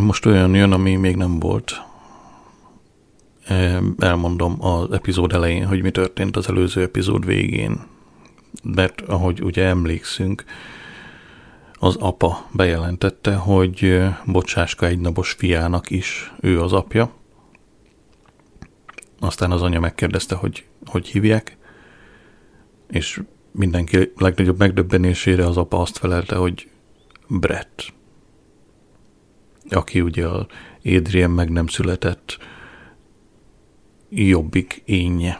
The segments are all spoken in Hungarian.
Most olyan jön, ami még nem volt. Elmondom az epizód elején, hogy mi történt az előző epizód végén. Mert ahogy ugye emlékszünk, az apa bejelentette, hogy Bocsáska egynapos fiának is ő az apja. Aztán az anya megkérdezte, hogy hívják, és mindenki legnagyobb megdöbbenésére az apa azt felelte, hogy Brett, aki ugye az Adrian meg nem született jobbik énje.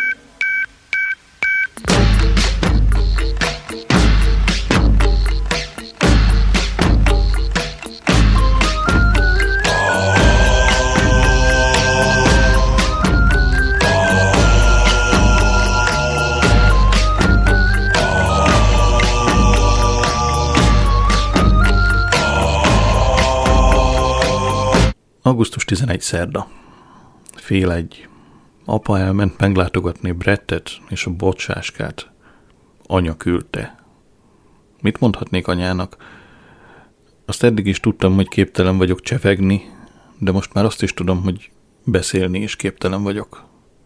Augusztus 11 szerda. 12:30. Apa elment meglátogatni Brettet és a Bocsáskát. Anya küldte. Mit mondhatnék anyának? Azt eddig is tudtam, hogy képtelen vagyok csevegni, de most már azt is tudom, hogy beszélni is képtelen vagyok.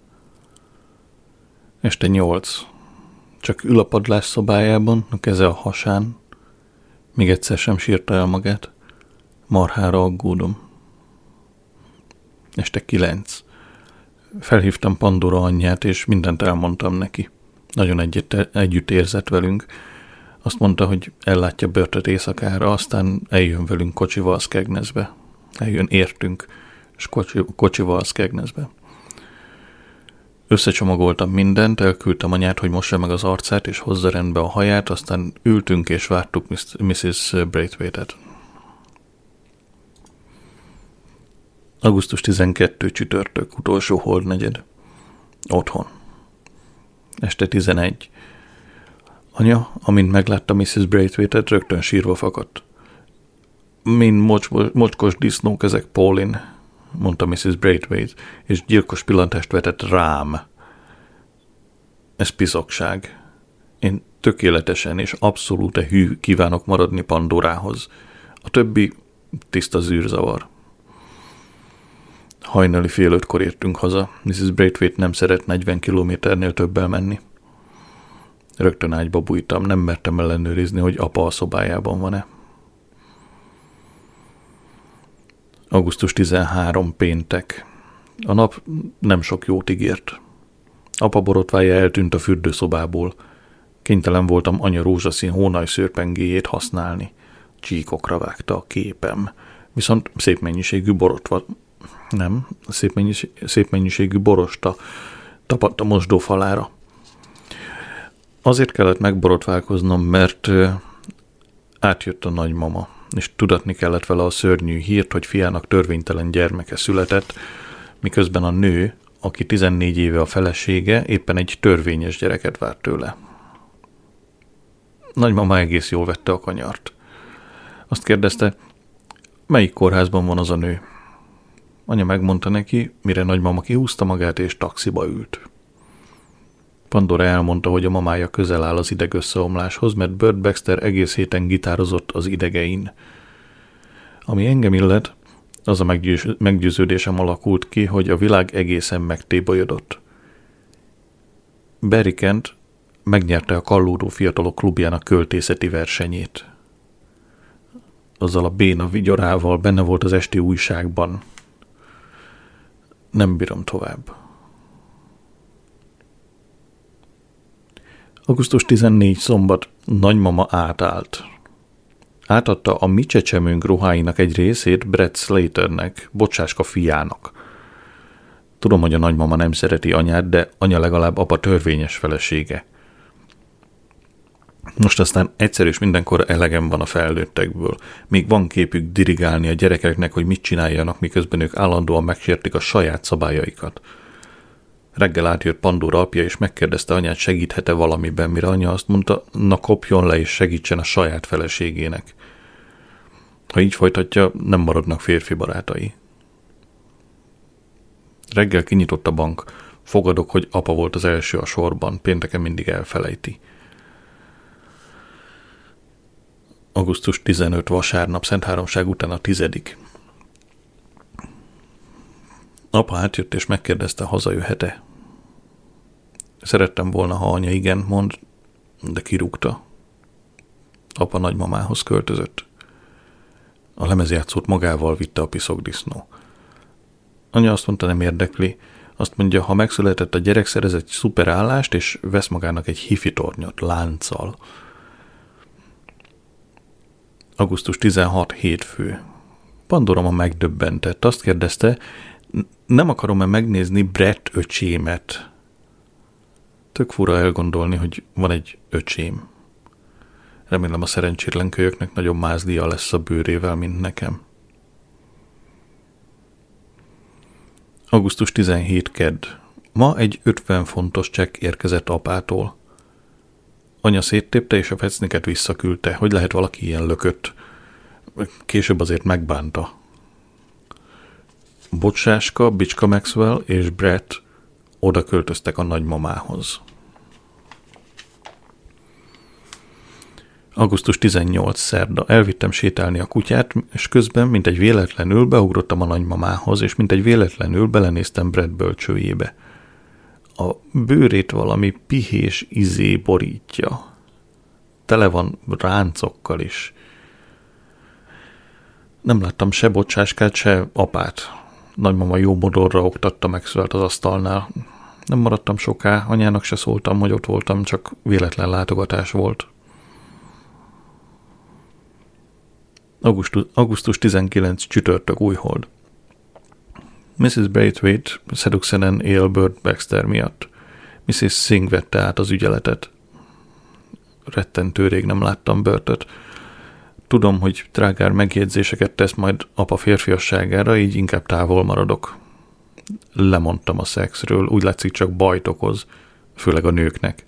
Este 8. Csak ül a padlás szobájában, a keze a hasán. Még egyszer sem sírta el magát. Marhára aggódom. Este 9. Felhívtam Pandora anyját, és mindent elmondtam neki. Nagyon együtt érzett velünk. Azt mondta, hogy ellátja Bertet éjszakára, aztán eljön velünk kocsival Skegnessbe. Eljön értünk, és kocsival Skegnessbe. Összecsomagoltam mindent, elküldtem anyát, hogy mossa meg az arcát, és hozza rendbe a haját, aztán ültünk és vártuk Mrs. Braithwaite-et. Augusztus 12 csütörtök, utolsó holdnegyed. Otthon. Este 11. Anya, amint meglátta Mrs. Braithwaite-et, rögtön sírva fakadt. Mind mocskos disznók ezek, Pauline, mondta Mrs. Braithwaite, és gyilkos pillantást vetett rám. Ez piszokság. Én tökéletesen és abszolút hű kívánok maradni Pandorához. A többi tiszta zűrzavar. Hajnali 4:30 értünk haza. Mrs. Braithwaite nem szeret 40 kilométernél többel menni. Rögtön ágyba bújtam, nem mertem ellenőrizni, hogy apa a szobájában van-e. Augusztus 13 péntek. A nap nem sok jót ígért. Apa borotvája eltűnt a fürdőszobából. Kénytelen voltam anya rózsaszín hónajszőrpengéjét használni. Csíkokra vágta a képem. Viszont szép mennyiségű szép mennyiségű borosta tapadt a mosdófalára. Azért kellett megborotválkoznom, mert átjött a nagymama, és tudatni kellett vele a szörnyű hírt, hogy fiának törvénytelen gyermeke született, miközben a nő, aki 14 éve a felesége, éppen egy törvényes gyereket várt tőle. Nagymama egész jól vette a kanyart. Azt kérdezte, melyik kórházban van az a nő? Anya megmondta neki, mire nagymama kihúzta magát és taxiba ült. Pandora elmondta, hogy a mamája közel áll az idegösszeomláshoz, mert Burt Baxter egész héten gitározott az idegein. Ami engem illet, az a meggyőződésem alakult ki, hogy a világ egészen megtébolyodott. Barry Kent megnyerte a Kallódó Fiatalok Klubjának költészeti versenyét. Azzal a béna vigyorával benne volt az esti újságban. Nem bírom tovább. Augusztus 14 szombat. Nagymama átállt. Átadta a mi csecsemőnk ruháinak egy részét Brett Slaternek, Bocsáska fiának. Tudom, hogy a nagymama nem szereti anyát, de anya legalább apa törvényes felesége. Most aztán egyszer és mindenkor elegem van a felnőttekből. Még van képük dirigálni a gyerekeknek, hogy mit csináljanak, miközben ők állandóan megsértik a saját szabályaikat. Reggel átjött Pandora apja, és megkérdezte anyát, segíthet-e valamiben, mire anya azt mondta, na kopjon le és segítsen a saját feleségének. Ha így folytatja, nem maradnak férfi barátai. Reggel kinyitott a bank. Fogadok, hogy apa volt az első a sorban, pénteken mindig elfelejti. Augusztus 15 vasárnap, Szentháromság után a 10. Apa átjött és megkérdezte, hazajöhet-e. Szerettem volna, ha anya igen mond, de kirúgta. Apa nagymamához költözött. A lemezjátszót magával vitte a piszokdisznó. Anya azt mondta, nem érdekli. Azt mondja, ha megszületett a gyerek, szerez egy szuper állást, és vesz magának egy hifi tornyot lánccal. Augusztus 16. hétfő. Pandora ma megdöbbentett. Azt kérdezte, nem akarom-e megnézni Brett öcsémet? Tök fura elgondolni, hogy van egy öcsém. Remélem a szerencsétlen kölyöknek nagyobb mázlia lesz a bőrével, mint nekem. Augusztus 17. kedd. Ma egy 50 fontos csekk érkezett apától. Anya széttépte és a fecniket visszaküldte, hogy lehet valaki ilyen lökött. Később azért megbánta. Bocsáska, Bicska Maxwell és Brett oda költöztek a nagymamához. Augusztus 18. szerda. Elvittem sétálni a kutyát, és közben, mint egy véletlenül, beugrottam a nagymamához, és mint egy véletlenül belenéztem Brett bölcsőjébe. A bőrét valami pihés izé borítja. Tele van ráncokkal is. Nem láttam se bocsáskát, se apát. Nagymama jó modorra oktatta Maxwellt az asztalnál. Nem maradtam soká, anyának se szóltam, hogy ott voltam, csak véletlen látogatás volt. Augusztus 19. csütörtök újhold. Mrs. Braithwaite Seduxenen él Burt Baxter miatt. Mrs. Singh vette át az ügyeletet. Rettentő rég nem láttam Burtot. Tudom, hogy trágár megjegyzéseket tesz majd apa férfiasságára, így inkább távol maradok. Lemondtam a szexről, úgy látszik csak bajt okoz, főleg a nőknek.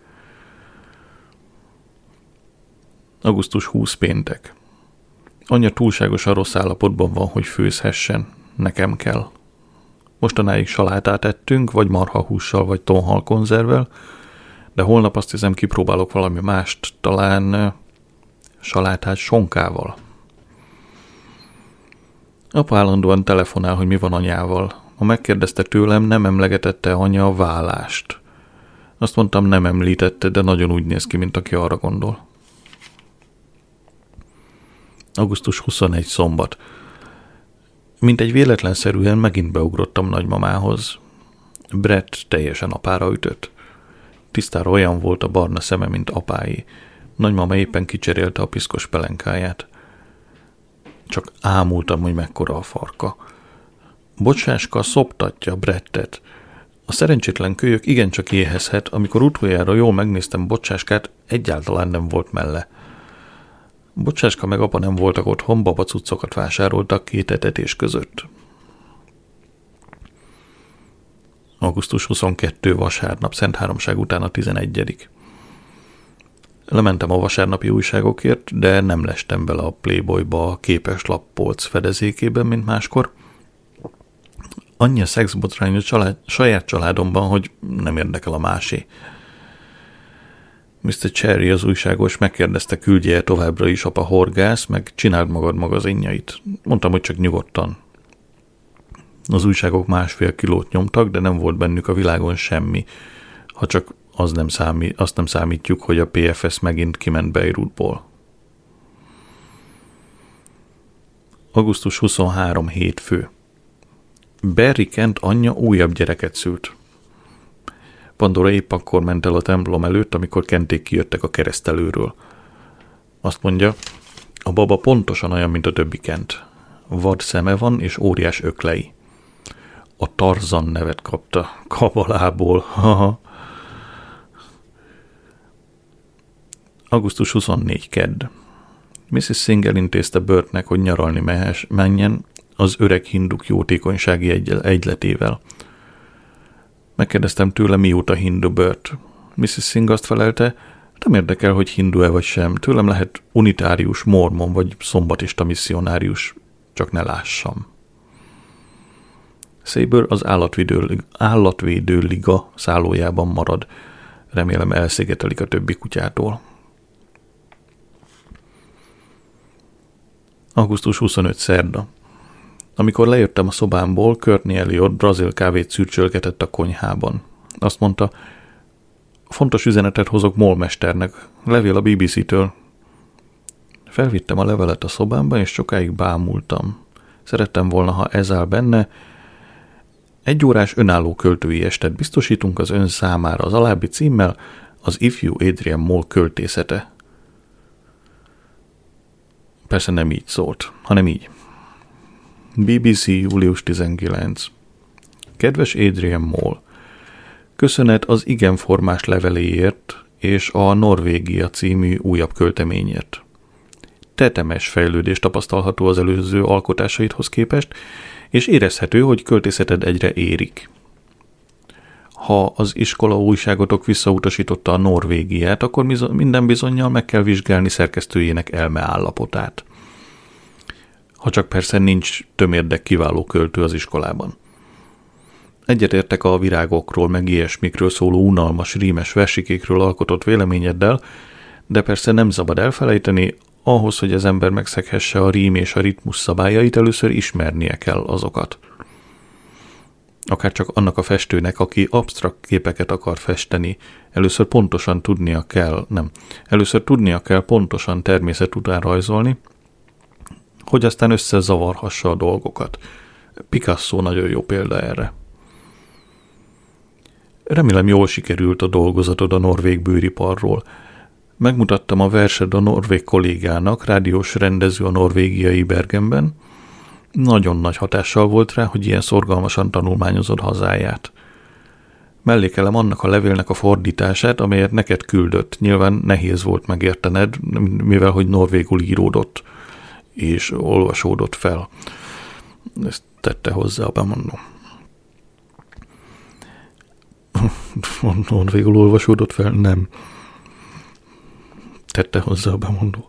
Augusztus 20. péntek. Anya túlságosan rossz állapotban van, hogy főzhessen. Nekem kell. Mostanáig salátát ettünk, vagy marhahússal, vagy tonhal konzervvel, de holnap azt hiszem kipróbálok valami mást, talán salátát sonkával. Apa állandóan telefonál, hogy mi van anyával. Ha megkérdezte tőlem, nem emlegetette anya a vállást. Azt mondtam, nem említette, de nagyon úgy néz ki, mint aki arra gondol. Augusztus 21. szombat. Mint egy véletlenszerűen megint beugrottam nagymamához. Brett teljesen apára ütött. Tisztára olyan volt a barna szeme, mint apái. Nagymama éppen kicserélte a piszkos pelenkáját. Csak ámultam, hogy mekkora a farka. Bocsáska szoptatja Brettet. A szerencsétlen kölyök igencsak éhezhet, amikor utoljára jól megnéztem Bocsáskát, egyáltalán nem volt melle. Bocsáska meg apa nem voltak otthon, babacuccokat vásároltak 2 etetés között. Augusztus 22. vasárnap, Szentháromság után a 11. Lementem a vasárnapi újságokért, de nem lestem bele a Playboyba a képeslappolc fedezékében, mint máskor. Annyi a szexbotrány a saját családomban, hogy nem érdekel a másé. Mr. Cherry, az újságos, megkérdezte, küldje továbbra is apa horgász, meg csináld magad magazinjait. Mondtam, hogy csak nyugodtan. Az újságok 1,5 kilót nyomtak, de nem volt bennük a világon semmi, ha csak azt nem számítjuk, hogy a PFS megint kiment Beirutból. Augusztus 23. hétfő. Barry Kent anyja újabb gyereket szült. Pandora épp akkor ment el a templom előtt, amikor Kenték kijöttek a keresztelőről. Azt mondja, a baba pontosan olyan, mint a többi Kent. Vad szeme van és óriás öklei. A Tarzan nevet kapta. Kabalából. Haha. Augusztus 24. kedd. Mrs. Singh elintézte Burtnek, hogy nyaralni menjen az öreg hinduk jótékonysági egyletével. Megkérdeztem tőle, mióta hindu Burt. Mrs. Singh azt felelte, nem érdekel, hogy hindu-e vagy sem. Tőlem lehet unitárius, mormon vagy szombatista misszionárius, csak ne lássam. Saber az állatvédő liga szállójában marad. Remélem elszigetelik a többi kutyától. Augusztus 25. szerda. Amikor lejöttem a szobámból, Courtney Elliot brazil kávét szürcsölgetett a konyhában. Azt mondta, fontos üzenetet hozok Molmesternek, levél a BBC-től. Felvittem a levelet a szobámba, és sokáig bámultam. Szerettem volna, ha ez áll benne. 1 órás önálló költői estet biztosítunk az ön számára az alábbi címmel, az ifjú Adrian Mole költészete. Persze nem így szólt, hanem így. BBC, július 19. Kedves Adrian Mole, köszönet az igen formás leveléért és a Norvégia című újabb költeményért. Tetemes fejlődés tapasztalható az előző alkotásaidhoz képest, és érezhető, hogy költészeted egyre érik. Ha az iskola újságotok visszautasította a Norvégiát, akkor minden bizonnyal meg kell vizsgálni szerkesztőjének elmeállapotát. Ha csak persze nincs tömérdek kiváló költő az iskolában. Egyetértek a virágokról, meg ilyesmikről szóló unalmas, rímes versikékről alkotott véleményeddel, de persze nem szabad elfelejteni, ahhoz, hogy az ember megszeghesse a rím és a ritmus szabályait, először ismernie kell azokat. Akár csak annak a festőnek, aki absztrakt képeket akar festeni, először tudnia kell pontosan természet után rajzolni, hogy aztán összezavarhassa a dolgokat. Picasso nagyon jó példa erre. Remélem jól sikerült a dolgozatod a norvég bőriparról. Megmutattam a versed a norvég kollégának, rádiós rendező a norvégiai Bergenben. Nagyon nagy hatással volt rá, hogy ilyen szorgalmasan tanulmányozod hazáját. Mellékelem annak a levélnek a fordítását, amelyet neked küldött. Nyilván nehéz volt megértened, mivel hogy norvégul íródott és olvasódott fel. Ezt tette hozzá a bemondó. Norvégul olvasódott fel? Nem. Tette hozzá a bemondó.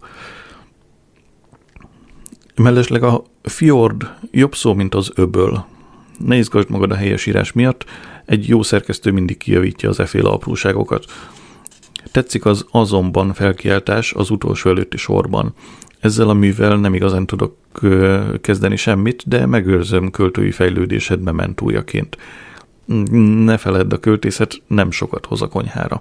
Mellesleg a fjord jobb szó, mint az öböl. Ne izgasd magad a helyesírás miatt, egy jó szerkesztő mindig kijavítja az efféle apróságokat. Tetszik az azonban felkiáltás az utolsó előtti sorban. Ezzel a művel nem igazán tudok kezdeni semmit, de megőrzöm költői fejlődésed mementójaként. Ne feledd, a költészet nem sokat hoz a konyhára.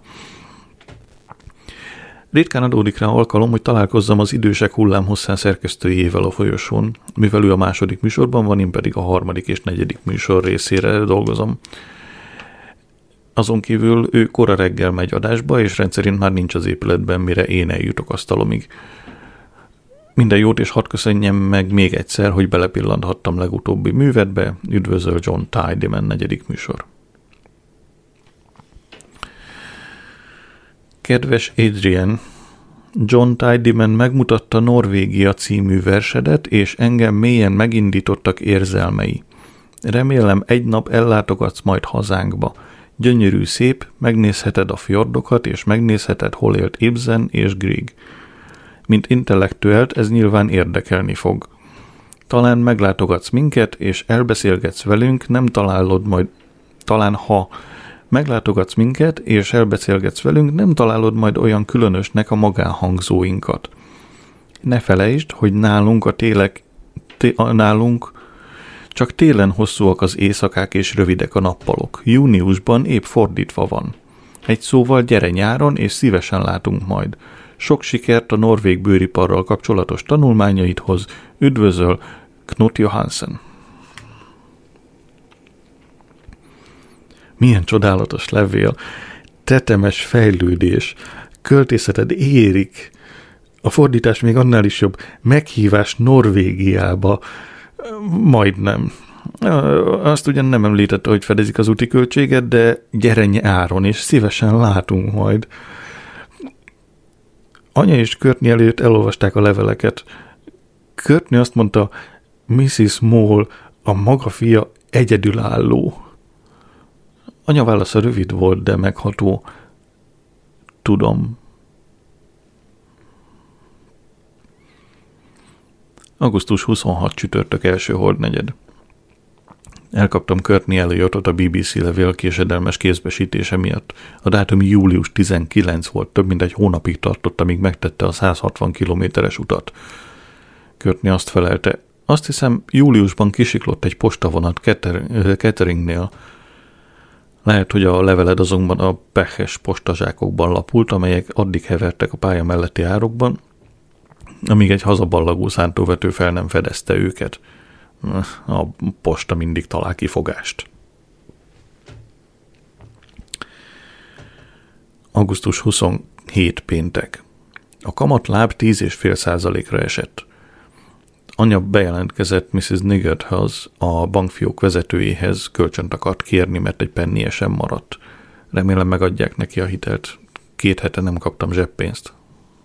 Ritkán adódik rá alkalom, hogy találkozzam az idősek hullámhosszán szerkesztőjével a folyosón, mivel ő a második műsorban van, én pedig a harmadik és negyedik műsor részére dolgozom. Azon kívül ő kora reggel megy adásba, és rendszerint már nincs az épületben, mire én eljutok asztalomig. Minden jót, és hadd köszönjem meg még egyszer, hogy belepillanthattam legutóbbi művedbe. Üdvözöl, John Tiedemann, negyedik műsor. Kedves Adrian, John Tiedemann megmutatta Norvégia című versedet, és engem mélyen megindítottak érzelmei. Remélem egy nap ellátogatsz majd hazánkba. Gyönyörű szép, megnézheted a fjordokat, és megnézheted, hol élt Ibsen és Grieg. Mint intellektuelt ez nyilván érdekelni fog. Talán meglátogatsz minket, és elbeszélgetsz velünk, talán ha meglátogatsz minket, és elbeszélgetsz velünk, nem találod majd olyan különösnek a magánhangzóinkat. Ne felejtsd, hogy nálunk csak télen hosszúak az éjszakák és rövidek a nappalok. Júniusban épp fordítva van. Egy szóval gyere nyáron, és szívesen látunk majd. Sok sikert a norvég bőriparral kapcsolatos tanulmányaidhoz. Üdvözöl, Knut Johansen. Milyen csodálatos levél, tetemes fejlődés, költészeted érik, a fordítás még annál is jobb, meghívás Norvégiába, majdnem. Azt ugyan nem említette, hogy fedezik az úti költséget, de gyere nyáron, és szívesen látunk majd. Anya és Courtney előtt elolvasták a leveleket. Courtney azt mondta, Mrs. Mole, a maga fia egyedülálló. Anya válasza rövid volt, de megható. Tudom. Augusztus 26 csütörtök első hordnegyed. Elkaptam Courtney Elliotot a BBC levél késedelmes kézbesítése miatt. A dátum július 19 volt, több mint egy hónapig tartott, amíg megtette a 160 kilométeres utat. Courtney azt felelte, Azt hiszem, júliusban kisiklott egy postavonat Cateringnél. Lehet, hogy a leveled azonban a pehes postazsákokban lapult, amelyek addig hevertek a pálya melletti árokban, amíg egy hazaballagó szántóvető fel nem fedezte őket. A posta mindig talál kifogást. Augusztus 27 péntek. A kamatláb 10,5%-ra esett. Anya bejelentkezett Mrs. Niggardhoz, a bankfiók vezetőjéhez, kölcsönt akart kérni, mert egy pennie sem maradt. Remélem megadják neki a hitelt. 2 hete nem kaptam zseppénzt.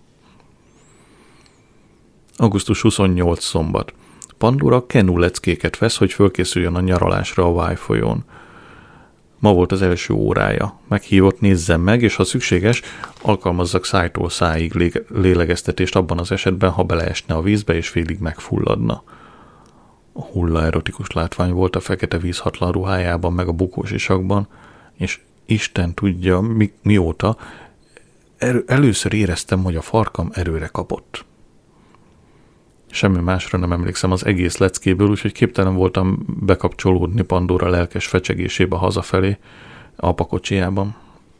Augusztus 28 szombat. Pandora Kenu leckéket vesz, hogy fölkészüljön a nyaralásra a Wye folyón. Ma volt az első órája. Meghívott, nézzem meg, és ha szükséges, alkalmazzak szájtól száig lélegeztetést abban az esetben, ha beleesne a vízbe, és félig megfulladna. A hulla erotikus látvány volt a fekete vízhatlan ruhájában, meg a bukós isakban, és Isten tudja, mióta először éreztem, hogy a farkam erőre kapott. Semmi másra nem emlékszem az egész leckéből, úgyhogy képtelen voltam bekapcsolódni Pandora lelkes fecsegésébe hazafelé, apa kocsijában.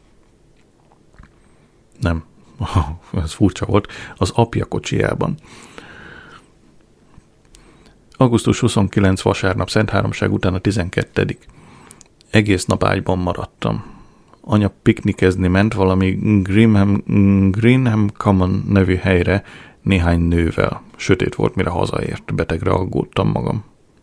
Nem, ez furcsa volt, az apja kocsijában. Augusztus 29 vasárnap, Szentháromság után a 12. Egész nap ágyban maradtam. Anya piknikezni ment valami Greenham Common nevű helyre néhány nővel. Sötét volt, mire hazaért. Betegre aggódtam magam.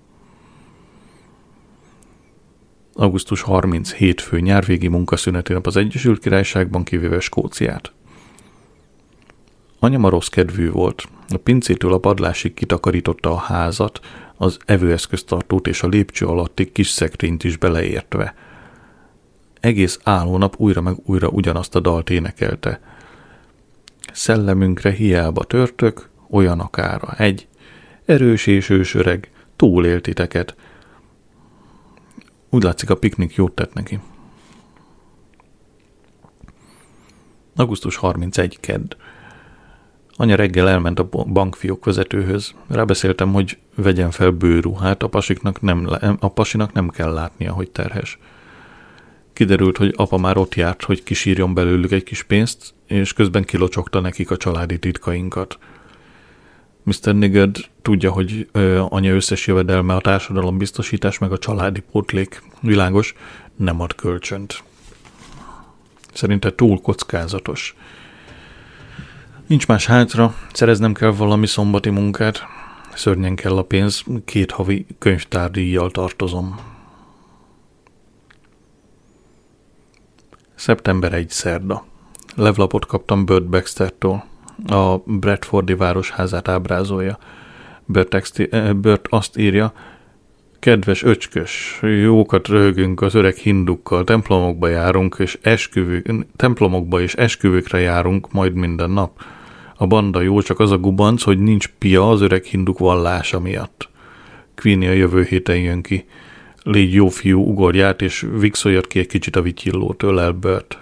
Augusztus 30 hétfő nyárvégi munkaszüneti nap az Egyesült Királyságban, kivéve Skóciát. Anya ma rossz kedvű volt. A pincétől a padlásig kitakarította a házat, az evőeszköztartót és a lépcső alatti kis szekrényt is beleértve. Egész állónap újra meg újra ugyanazt a dalt énekelte. Szellemünkre hiába törtök, olyan akára egy, erős és ősöreg, túlélt titeket. Úgy látszik, a piknik jót tett neki. Augusztus 31 kedd. Anya reggel elment a bankfiók vezetőhöz. Rábeszéltem, hogy vegyen fel bőruhát, a pasinak nem kell látnia, hogy terhes. Kiderült, hogy apa már ott járt, hogy kisírjon belőlük egy kis pénzt, és közben kilocsogta nekik a családi titkainkat. Mr. Niggard tudja, hogy anya összes jövedelme a társadalombiztosítás meg a családi pótlék. Világos, nem ad kölcsönt. Szerinte túl kockázatos. Nincs más hátra, szereznem kell valami szombati munkát. Szörnyen kell a pénz, 2 havi könyvtárdíjjal tartozom. Szeptember 1 szerda. Levlapot kaptam Bert Baxtertől. A Bradfordi városházát ábrázolja. Bert azt írja: kedves öcskös, jókat röhögünk az öreg hindukkal, templomokba és esküvőkre járunk majd minden nap. A banda jó, csak az a gubanc, hogy nincs pia az öreg hinduk vallása miatt. Queenie a jövő héten jön ki. Légy jó fiú, ugorj át, és vixoljad ki egy kicsit a vityillót, ölel Bert.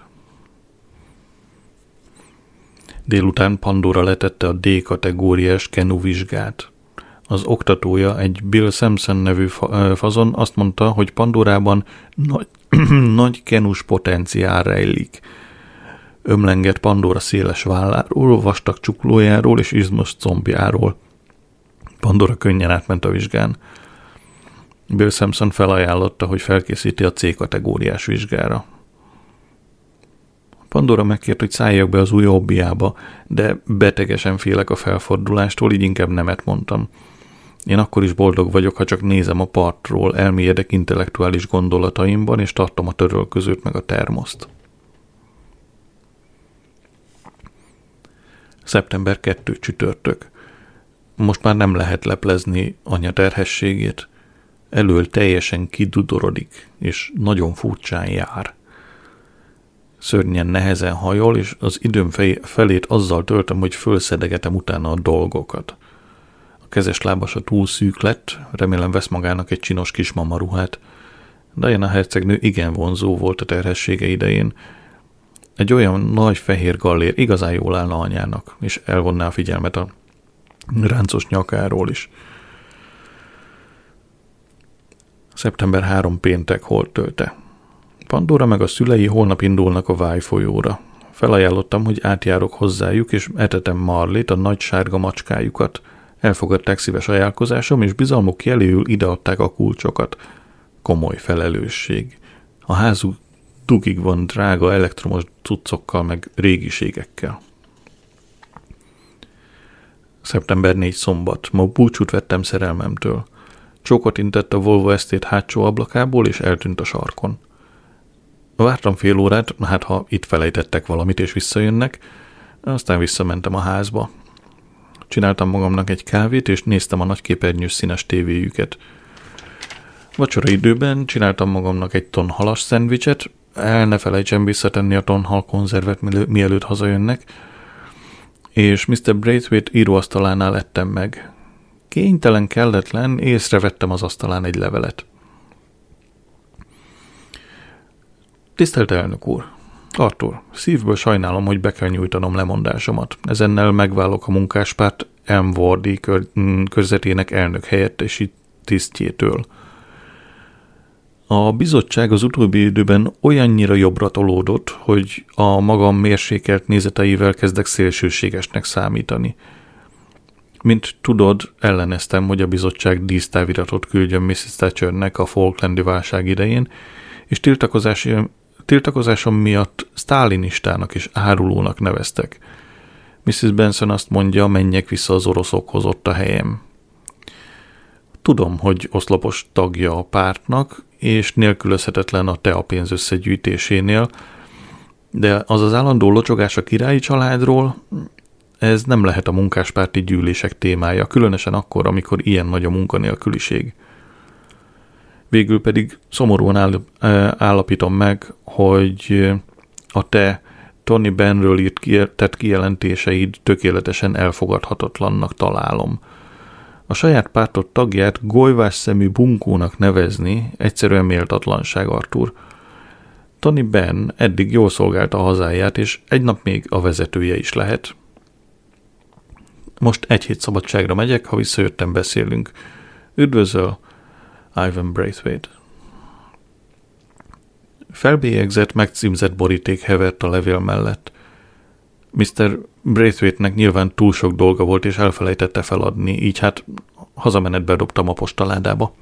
Délután Pandora letette a D-kategóriás Kenu vizsgát. Az oktatója, egy Bill Sampson nevű fazon azt mondta, hogy Pandorában nagy kenus potenciál rejlik. Ömlengett Pandora széles válláról, vastag csuklójáról és izmos combjáról. Pandora könnyen átment a vizsgán. Bill Sampson felajánlotta, hogy felkészíti a C-kategóriás vizsgára. Pandora megkért, hogy szálljak be az új hobbiába, de betegesen félek a felfordulástól, így inkább nemet mondtam. Én akkor is boldog vagyok, ha csak nézem a partról, elmélyedek intellektuális gondolataimban, és tartom a törölközőt meg a termoszt. Szeptember 2 csütörtök. Most már nem lehet leplezni anya terhességét. Elől teljesen kidudorodik, és nagyon furcsán jár. Szörnyen nehezen hajol, és az időm felét azzal töltöm, hogy fölszedegetem utána a dolgokat. A kezes lábasa túl szűk lett, remélem vesz magának egy csinos kis mamaruhát. Diana hercegnő igen vonzó volt a terhessége idején. Egy olyan nagy fehér gallér igazán jól állna anyának, és elvonná a figyelmet a ráncos nyakáról is. Szeptember 3 péntek holttölte. Pandora meg a szülei holnap indulnak a Wye folyóra. Felajánlottam, hogy átjárok hozzájuk, és etetem Marlét, a nagy sárga macskájukat. Elfogadták szíves ajánlkozásom, és bizalmuk jeléül ideadták a kulcsokat. Komoly felelősség. A házuk dugig van drága elektromos cuccokkal, meg régiségekkel. Szeptember 4 szombat. Ma búcsút vettem szerelmemtől. Csókot intett a Volvo Estate hátsó ablakából, és eltűnt a sarkon. Vártam fél órát, hát ha itt felejtettek valamit, és visszajönnek, aztán visszamentem a házba. Csináltam magamnak egy kávét, és néztem a nagyképernyős színes tévéjüket. Vacsora időben csináltam magamnak egy tonhalas szendvicset, ne felejtsem visszatenni a tonhal konzervet, mielőtt hazajönnek, és Mr. Braithwaite íróasztalánál ettem meg. Kénytelen, kelletlen, észrevettem az asztalán egy levelet. Tisztelt elnök úr! Arthur, szívből sajnálom, hogy be kell nyújtanom lemondásomat. Ezennel megválok a munkáspárt Elmwardi körzetének elnök helyettesi tisztjétől. A bizottság az utóbbi időben olyannyira jobbra tolódott, hogy a magam mérsékelt nézeteivel kezdek szélsőségesnek számítani. Mint tudod, elleneztem, hogy a bizottság dísztáviratot küldjön Mrs. Thatchernek a Falklandi válság idején, és tiltakozásom miatt sztálinistának és árulónak neveztek. Mrs. Benson azt mondja, menjek vissza az oroszokhoz, ott a helyem. Tudom, hogy oszlopos tagja a pártnak, és nélkülözhetetlen a teapénz összegyűjtésénél, de az az állandó locsogás a királyi családról, ez nem lehet a munkáspárti gyűlések témája, különösen akkor, amikor ilyen nagy a munkanélküliség. Végül pedig szomorúan állapítom meg, hogy a te Tony Bennről tett kijelentéseid tökéletesen elfogadhatatlannak találom. A saját pártod tagját golyvás szemű bunkónak nevezni egyszerűen méltatlanság, Arthur. Tony Benn eddig jól szolgálta a hazáját, és egy nap még a vezetője is lehet. Most egy hét szabadságra megyek, ha visszajöttem, beszélünk. Üdvözöl, Ivan Braithwaite. Felbélyegzett, megcímzett boríték hevert a levél mellett. Mr. Braithwaite-nek nyilván túl sok dolga volt, és elfelejtette feladni, így hát hazamenetbe dobtam a postaládába.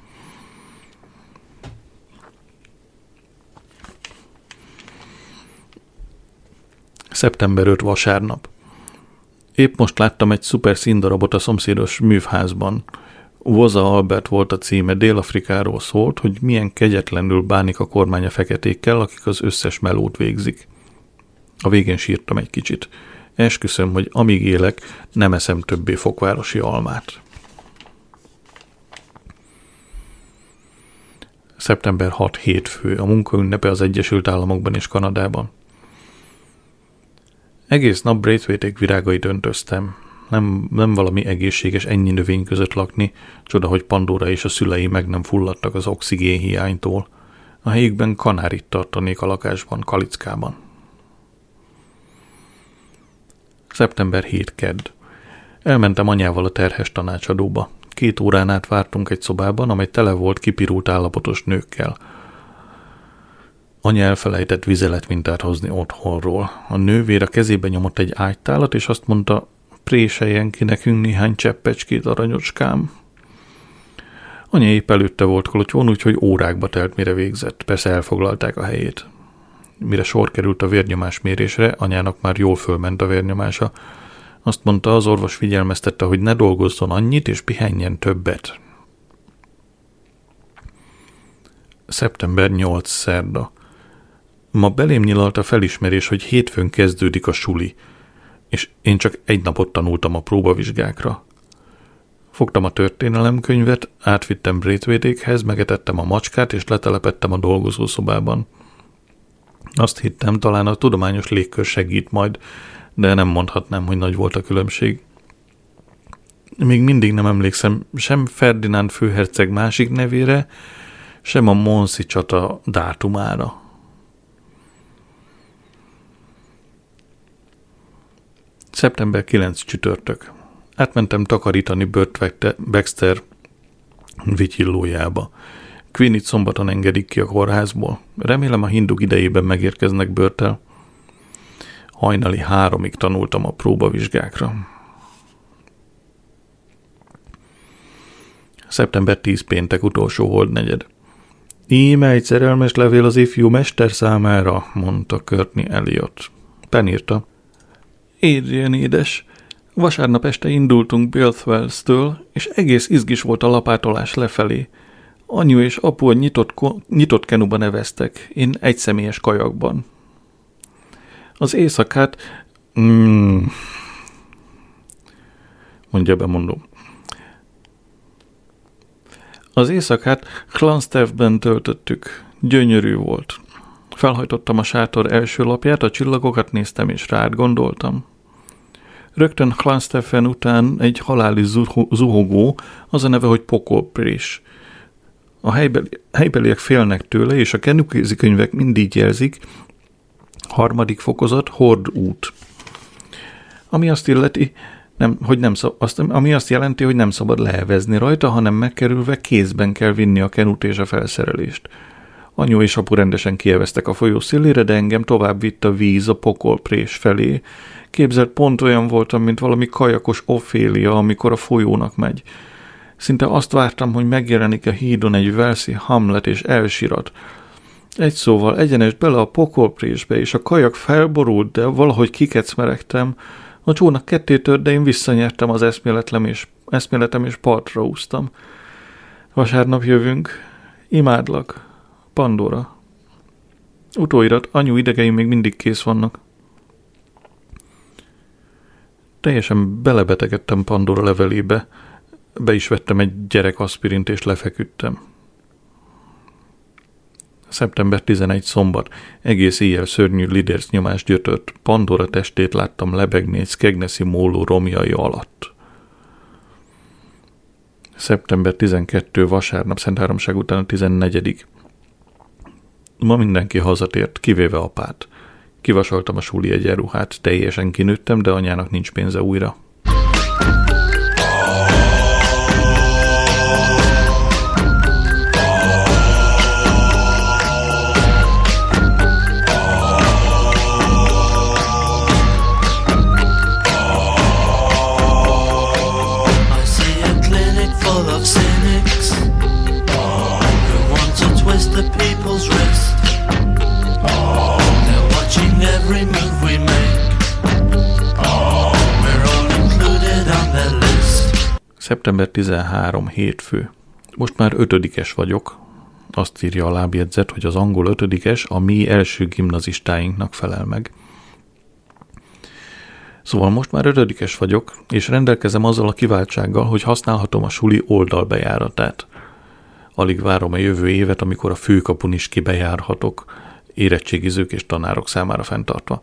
Szeptember 5 vasárnap. Épp most láttam egy szuper színdarabot a szomszédos művházban. Woza Albert volt a címe, Dél-Afrikáról szólt, hogy milyen kegyetlenül bánik a kormány a feketékkel, akik az összes melót végzik. A végén sírtam egy kicsit. Esküszöm, hogy amíg élek, nem eszem többé fokvárosi almát. Szeptember 6 hétfő, a munkaünnepe az Egyesült Államokban és Kanadában. Egész nap Braithwaite-ék virágait öntöztem. Nem valami egészséges ennyi növény között lakni, csoda, hogy Pandora és a szülei meg nem fulladtak az oxigén hiánytól. A helyükben kanárit tartanék a lakásban, Kalickában. Szeptember 7 kedd. Elmentem anyával a terhes tanácsadóba. 2 órán át vártunk egy szobában, amely tele volt kipirult állapotos nőkkel. Anya elfelejtett vizeletmintát hozni otthonról. A nővér a kezébe nyomott egy ágytálat, és azt mondta, préseljen ki nekünk néhány cseppecskét, aranyocskám. Anya épp előtte volt kolottyón, úgyhogy órákba telt, mire végzett. Persze elfoglalták a helyét. Mire sor került a vérnyomásmérésre, anyának már jól fölment a vérnyomása. Azt mondta, az orvos figyelmeztette, hogy ne dolgozzon annyit, és pihenjen többet. Szeptember 8 szerda. Ma belém nyilalt a felismerés, hogy hétfőn kezdődik a suli, és én csak egy napot tanultam a próbavizsgákra. Fogtam a történelemkönyvet, átvittem Braithwaite-ékhez, megetettem a macskát, és letelepettem a dolgozószobában. Azt hittem, talán a tudományos légkör segít majd, de nem mondhatnám, hogy nagy volt a különbség. Még mindig nem emlékszem sem Ferdinánd főherceg másik nevére, sem a Monszi csata dátumára. Szeptember 9 csütörtök. Átmentem takarítani Burt Baxter vityillójába. Queenie-t szombaton engedik ki a kórházból. Remélem a hinduk idejében megérkeznek börtel. Hajnali 3-ig tanultam a próbavizsgákra. Szeptember 10 péntek utolsó holdnegyed. Íme egy szerelmes levél az ifjú mester számára, mondta Courtney Elliot. Penn írta. Adrian édes, vasárnap este indultunk Bilthwells-től, és egész izgis volt a lapátolás lefelé. Anyu és apu a nyitott kenuba neveztek, én egyszemélyes kajakban. Az éjszakát... mondja bemondó. Az éjszakát Clonsteffben töltöttük. Gyönyörű volt. Felhajtottam a sátor első lapját, a csillagokat néztem és rád gondoltam. Rögtön Clonsteffen után egy haláli zuhogó, az a neve, hogy Pokolprés. A helybeliek félnek tőle, és a kenukézikönyvek mindig jelzik, 3. fokozat, Hord út. Ami azt jelenti, hogy nem szabad lehevezni rajta, hanem megkerülve kézben kell vinni a kenut és a felszerelést. Anyu és apu rendesen kieveztek a folyó szélére, de engem tovább vitt a víz a Pokolprés felé. Képzelt, pont olyan voltam, mint valami kajakos Ofélia, amikor a folyónak megy. Szinte azt vártam, hogy megjelenik a hídon egy Walesi Hamlet és elsirat. Egy szóval egyenes bele a Pokolprésbe, és a kajak felborult, de valahogy kikecmeregtem. A csónak ketté tört, de én visszanyertem az eszméletem és partra úsztam. Vasárnap jövünk. Imádlak. Pandora. Utóirat, anyu idegeim még mindig kész vannak. Teljesen belebetegedtem Pandora levelébe. Be is vettem egy gyerek aspirint és lefeküdtem. Szeptember 11 szombat. Egész éjjel szörnyű lidérc nyomás gyötört. Pandora testét láttam lebegni egy Skegnesi móló romjai alatt. Szeptember 12 vasárnap, Szentháromság után a 14. Ma mindenki hazatért, kivéve apát. Kivasaltam a suli egyenruhát, teljesen kinőttem, de anyának nincs pénze újra. Szeptember 13 hétfő. Most már 5-es vagyok. Azt írja a lábjegyzet, hogy az angol 5-es a mi első gimnazistáinknak felel meg. Szóval most már 5-es vagyok, és rendelkezem azzal a kiváltsággal, hogy használhatom a suli oldalbejáratát. Alig várom a jövő évet, amikor a főkapun is kibejárhatok, érettségizők és tanárok számára fenntartva.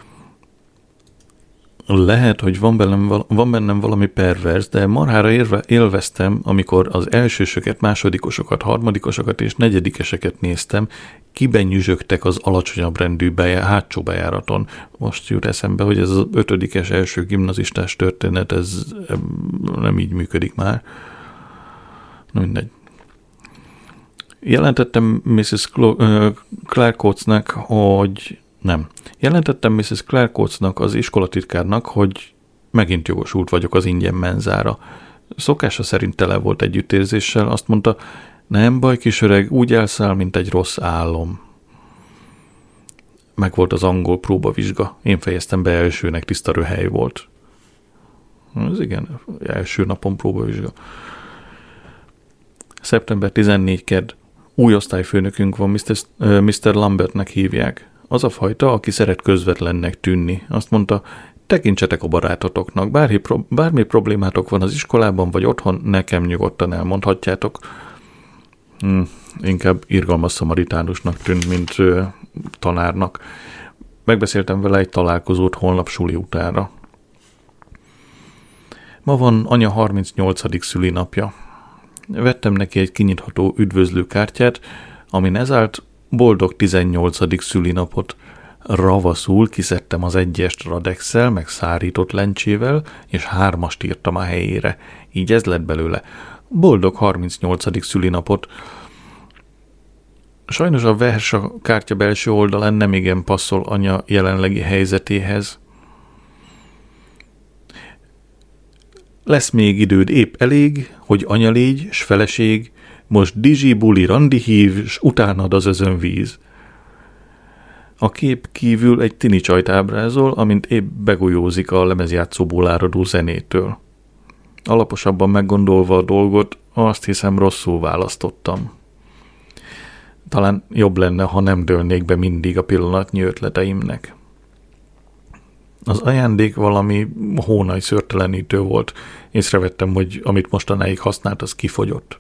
Lehet, hogy van bennem valami pervers, de marhára élveztem, amikor az elsősöket, másodikosokat, harmadikosokat és negyedikeseket néztem, kibenyüzsögtek az alacsonyabb rendű hátsó bejáraton. Most jut eszembe, hogy ez az 5-es első gimnazistás történet, ez nem így működik már. Na mindegy. Jelentettem Mrs. Clark Oates-nek, hogy... Nem. Jelentettem Mrs. Clark Oates-nak, az iskolatitkárnak, hogy megint jogosult vagyok az ingyen menzára. Szokása szerint tele volt együttérzéssel, azt mondta, nem baj, kisöreg, úgy elszáll, mint egy rossz álom. Meg volt az angol próbavizsga. Én fejeztem be elsőnek, tiszta röhely volt. Ez igen, első napon próbavizsga. Szeptember 14 kedd. Új osztályfőnökünk van, Mr. Lambertnek hívják. Az a fajta, aki szeret közvetlennek tűnni. Azt mondta, tekintsetek a barátotoknak, bármi problémátok van az iskolában, vagy otthon, nekem nyugodtan elmondhatjátok. Inkább irgalmas szamaritánusnak tűnt, mint tanárnak. Megbeszéltem vele egy találkozót holnap suli utánra. Ma van anya 38. szülinapja. Vettem neki egy kinyitható üdvözlőkártyát, amin ezáltal boldog 18. szülinapot. Ravaszul kiszedtem az 1-est Radexsel, meg szárított lencsével, és 3-ast írtam a helyére. Így ez lett belőle. Boldog 38. szülinapot. Sajnos a vers a kártya belső oldalán nem igen passzol anya jelenlegi helyzetéhez. Lesz még időd épp elég, hogy anya légy, s feleség, most dizsi, buli, randi hív, s utánad az özönvíz. A kép kívül egy tini csajt ábrázol, amint épp begolyózik a lemezjátszóból áradó zenétől. Alaposabban meggondolva a dolgot, azt hiszem rosszul választottam. Talán jobb lenne, ha nem dőlnék be mindig a pillanatnyi ötleteimnek. Az ajándék valami hónaj szőrtelenítő volt. Észrevettem, hogy amit mostanáig használt, az kifogyott.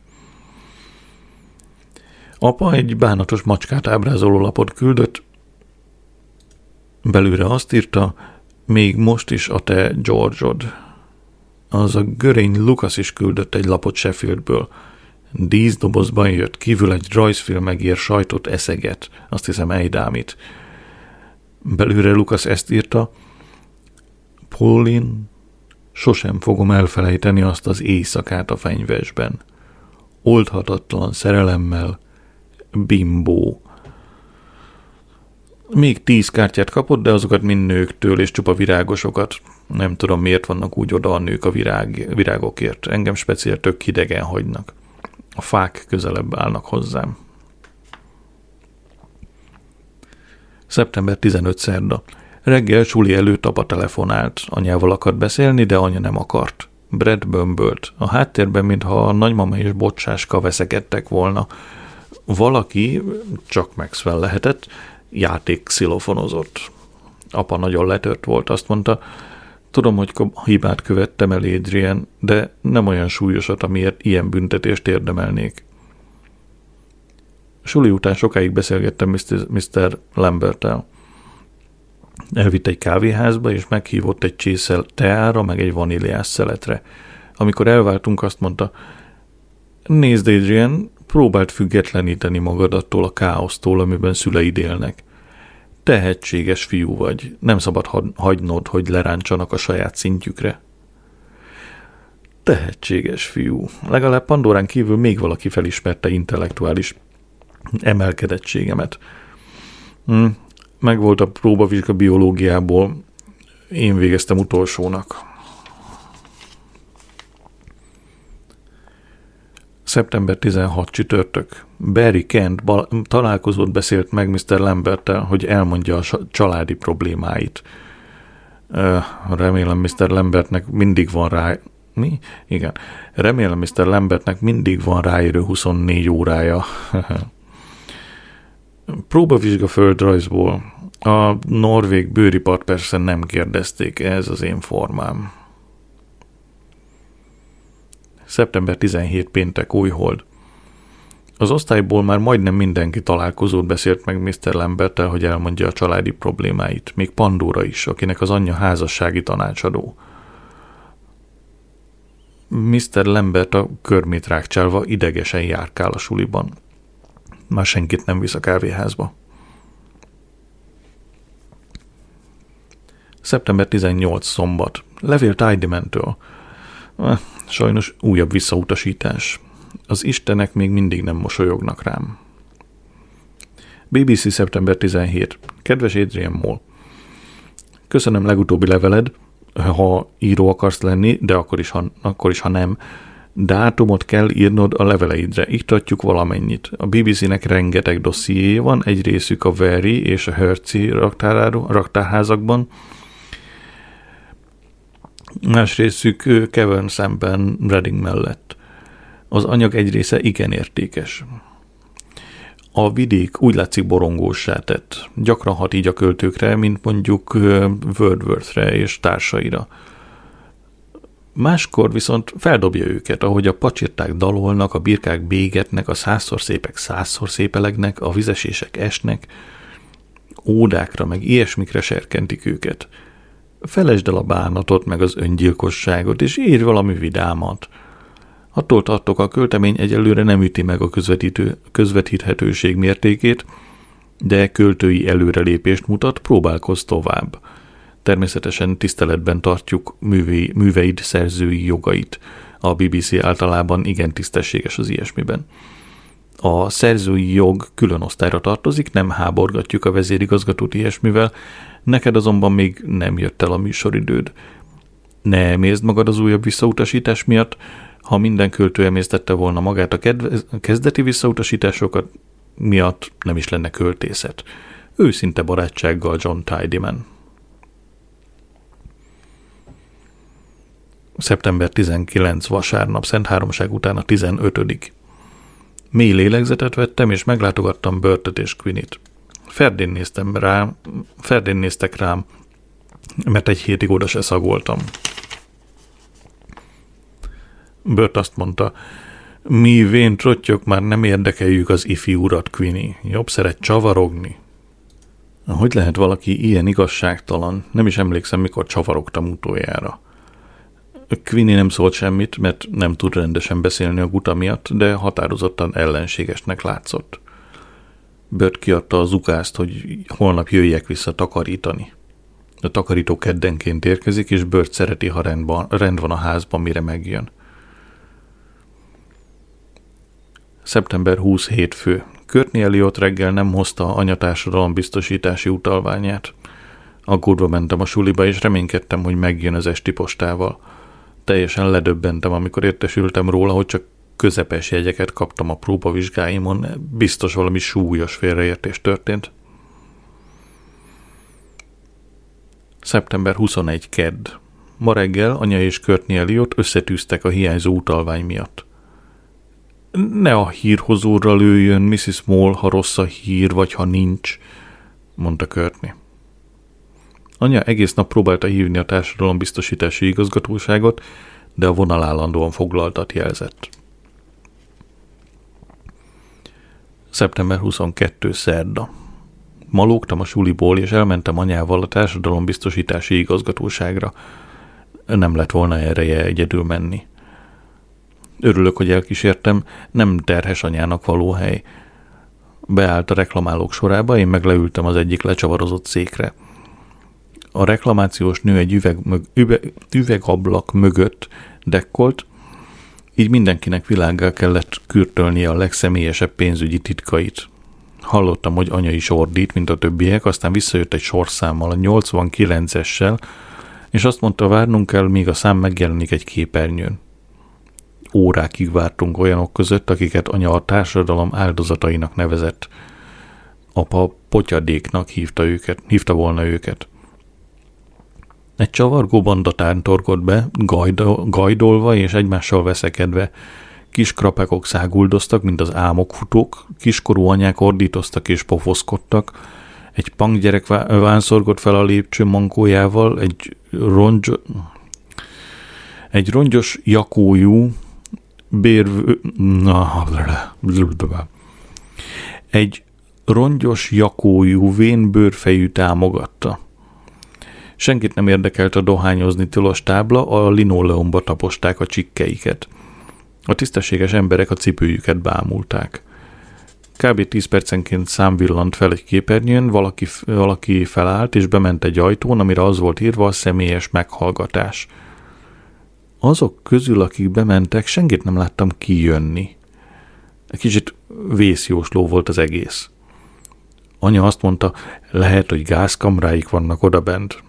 Apa egy bánatos macskát ábrázoló lapot küldött. Belőle azt írta, még most is a te George-od. Az a görény Lucas is küldött egy lapot Sheffieldből. Díszdobozban jött, kívül egy rajzfilm megír sajtot eszeget, azt hiszem ejdámit. Belőle Lucas ezt írta, Pauline, sosem fogom elfelejteni azt az éjszakát a fenyvesben. Oldhatatlan szerelemmel, Bimbo. Még 10 kártyát kapott, de azokat mind nőktől, és csupa virágosokat. Nem tudom, miért vannak úgy oda a nők a virágokért. Engem speciál tök hidegen hagynak. A fák közelebb állnak hozzám. Szeptember 15 szerda. Reggel suli előtt apa telefonált. Anyával akart beszélni, de anya nem akart. Brett bömbölt. A háttérben, mintha a nagymama és bocsáska veszekedtek volna. Valaki, csak Maxwell lehetett, játékszilofonozott. Apa nagyon letört volt, azt mondta, tudom, hogy hibát követtem el, Adrian, de nem olyan súlyosat, amiért ilyen büntetést érdemelnék. Suli után sokáig beszélgettem Mr. Lamberttel. Elvitt egy kávéházba, és meghívott egy csésszel teára, meg egy vaníliás szeletre. Amikor elváltunk, azt mondta, nézd, Adrian, próbáld függetleníteni magad attól a káosztól, amiben szüleid élnek. Tehetséges fiú vagy, nem szabad hagynod, hogy leráncsanak a saját szintjükre. Tehetséges fiú. Legalább Pandorán kívül még valaki felismerte intellektuális emelkedettségemet. Megvolt a próbavizsga biológiából, én végeztem utolsónak. Szeptember 16 csütörtök. Barry Kent találkozót beszélt meg Mr. Lamberttel, hogy elmondja a családi problémáit. Remélem Mr. Lambertnek mindig van rá... Mi? Igen. Remélem Mr. Lambertnek mindig van ráérő 24 órája. Próbavizsga földrajzból. A norvég bőripart persze nem kérdezték, ez az én formám. Szeptember 17 péntek, Újhold. Az osztályból már majdnem mindenki találkozót beszélt meg Mr. Lamberttel, hogy elmondja a családi problémáit. Még Pandora is, akinek az anyja házassági tanácsadó. Mr. Lambert a körmét rákcsálva idegesen járkál a suliban. Már senkit nem visz a kávéházba. Szeptember 18 szombat. Levél Tidyman-től. Sajnos újabb visszautasítás. Az istenek még mindig nem mosolyognak rám. BBC szeptember 17. Kedves Adrian Moll. Köszönöm legutóbbi leveled, ha író akarsz lenni, de akkor is, ha nem. Dátumot kell írnod a leveleidre, iktatjuk valamennyit. A BBC-nek rengeteg dossziéja van, egy részük a Veri és a Hertzi raktárházakban, más részük Caversham-ben, Reading mellett. Az anyag egy része igen értékes. A vidék úgy látszik borongóssá tett. Gyakran hat így a költőkre, mint mondjuk Wordsworthre és társaira. Máskor viszont feldobja őket, ahogy a pacsirták dalolnak, a birkák bégetnek, a százszor szépek százszor szépelegnek, a vizesések esnek, ódákra meg ilyesmikre serkentik őket. Felesd el a bánatot, meg az öngyilkosságot, és írj valami vidámat. Attól tartok, a költemény egyelőre nem üti meg a közvetíthetőség mértékét, de költői előrelépést mutat, próbálkozz tovább. Természetesen tiszteletben tartjuk műveid szerzői jogait. A BBC általában igen tisztességes az ilyesmiben. A szerzői jog külön osztályra tartozik, nem háborgatjuk a vezérigazgatót ilyesmivel, neked azonban még nem jött el a műsoridőd. Ne emészd magad az újabb visszautasítás miatt, ha minden költő emésztette volna magát a kezdeti visszautasításokat miatt, nem is lenne költészet. Őszinte barátsággal, John Tidyman. Szeptember 19. vasárnap, Szent Háromság után a 15. Mély lélegzetet vettem, és meglátogattam Burtot és Quinnyt. Ferdén néztek rám, mert egy hétig oda se szagoltam. Burt azt mondta, mi vén trottyok már nem érdekeljük az ifi urat, Quinny. Jobb szeret csavarogni. Hogy lehet valaki ilyen igazságtalan? Nem is emlékszem, mikor csavarogtam utoljára. Quinny nem szólt semmit, mert nem tud rendesen beszélni a guta miatt, de határozottan ellenségesnek látszott. Burt kiadta az ukázt, hogy holnap jöjjek vissza takarítani. A takarító keddenként érkezik, és Burt szereti, ha rend van a házban, mire megjön. Szeptember 20 hétfő. Courtney Elliot reggel nem hozta anyatársadalombiztosítási utalványát. Aggódva mentem a suliba, és reménykedtem, hogy megjön az esti postával. Teljesen ledöbbentem, amikor értesültem róla, hogy csak közepes jegyeket kaptam a próbavizsgáimon. Biztos valami súlyos félreértés történt. Szeptember 21 kedd. Ma reggel anya és Courtney Elliot összetűztek a hiányzó utalvány miatt. Ne a hírhozóra lőjön, Mrs. Mole, ha rossz a hír, vagy ha nincs, mondta Courtney. Anya egész nap próbálta hívni a társadalombiztosítási igazgatóságot, de a vonal állandóan foglaltat jelzett. Szeptember 22. szerda. Ma lógtam a suliból, és elmentem anyával a társadalombiztosítási igazgatóságra. Nem lett volna ereje egyedül menni. Örülök, hogy elkísértem, nem terhes anyának való hely. Beállt a reklamálók sorába, én meg leültem az egyik lecsavarozott székre. A reklamációs nő egy üvegablak mögött dekkolt, így mindenkinek világgá kellett kürtölnie a legszemélyesebb pénzügyi titkait. Hallottam, hogy anya is ordít, mint a többiek, aztán visszajött egy sorszámmal, a 89-essel, és azt mondta, várnunk kell, míg a szám megjelenik egy képernyőn. Órákig vártunk olyanok között, akiket anya a társadalom áldozatainak nevezett. Apa potyadéknak hívta volna őket. Egy csavargó banda tántorgott be, gajdolva és egymással veszekedve. Kis krapekok száguldoztak, mint az álmokfutók, kiskorú anyák ordítoztak és pofoszkodtak, egy punk gyerek vánszorgott fel a lépcső mankójával, egy rongyos jakójú egy rongyos jakójú vénbőrfejű támogatta. Senkit nem érdekelt a dohányozni tilos tábla, a linoleumba taposták a csikkeiket. A tisztességes emberek a cipőjüket bámulták. Kb. 10 percenként számvillant fel egy képernyőn, valaki felállt és bement egy ajtón, amire az volt írva, a személyes meghallgatás. Azok közül, akik bementek, senkit nem láttam kijönni. Egy kicsit vészjósló volt az egész. Anya azt mondta, lehet, hogy gázkamráik vannak odabent.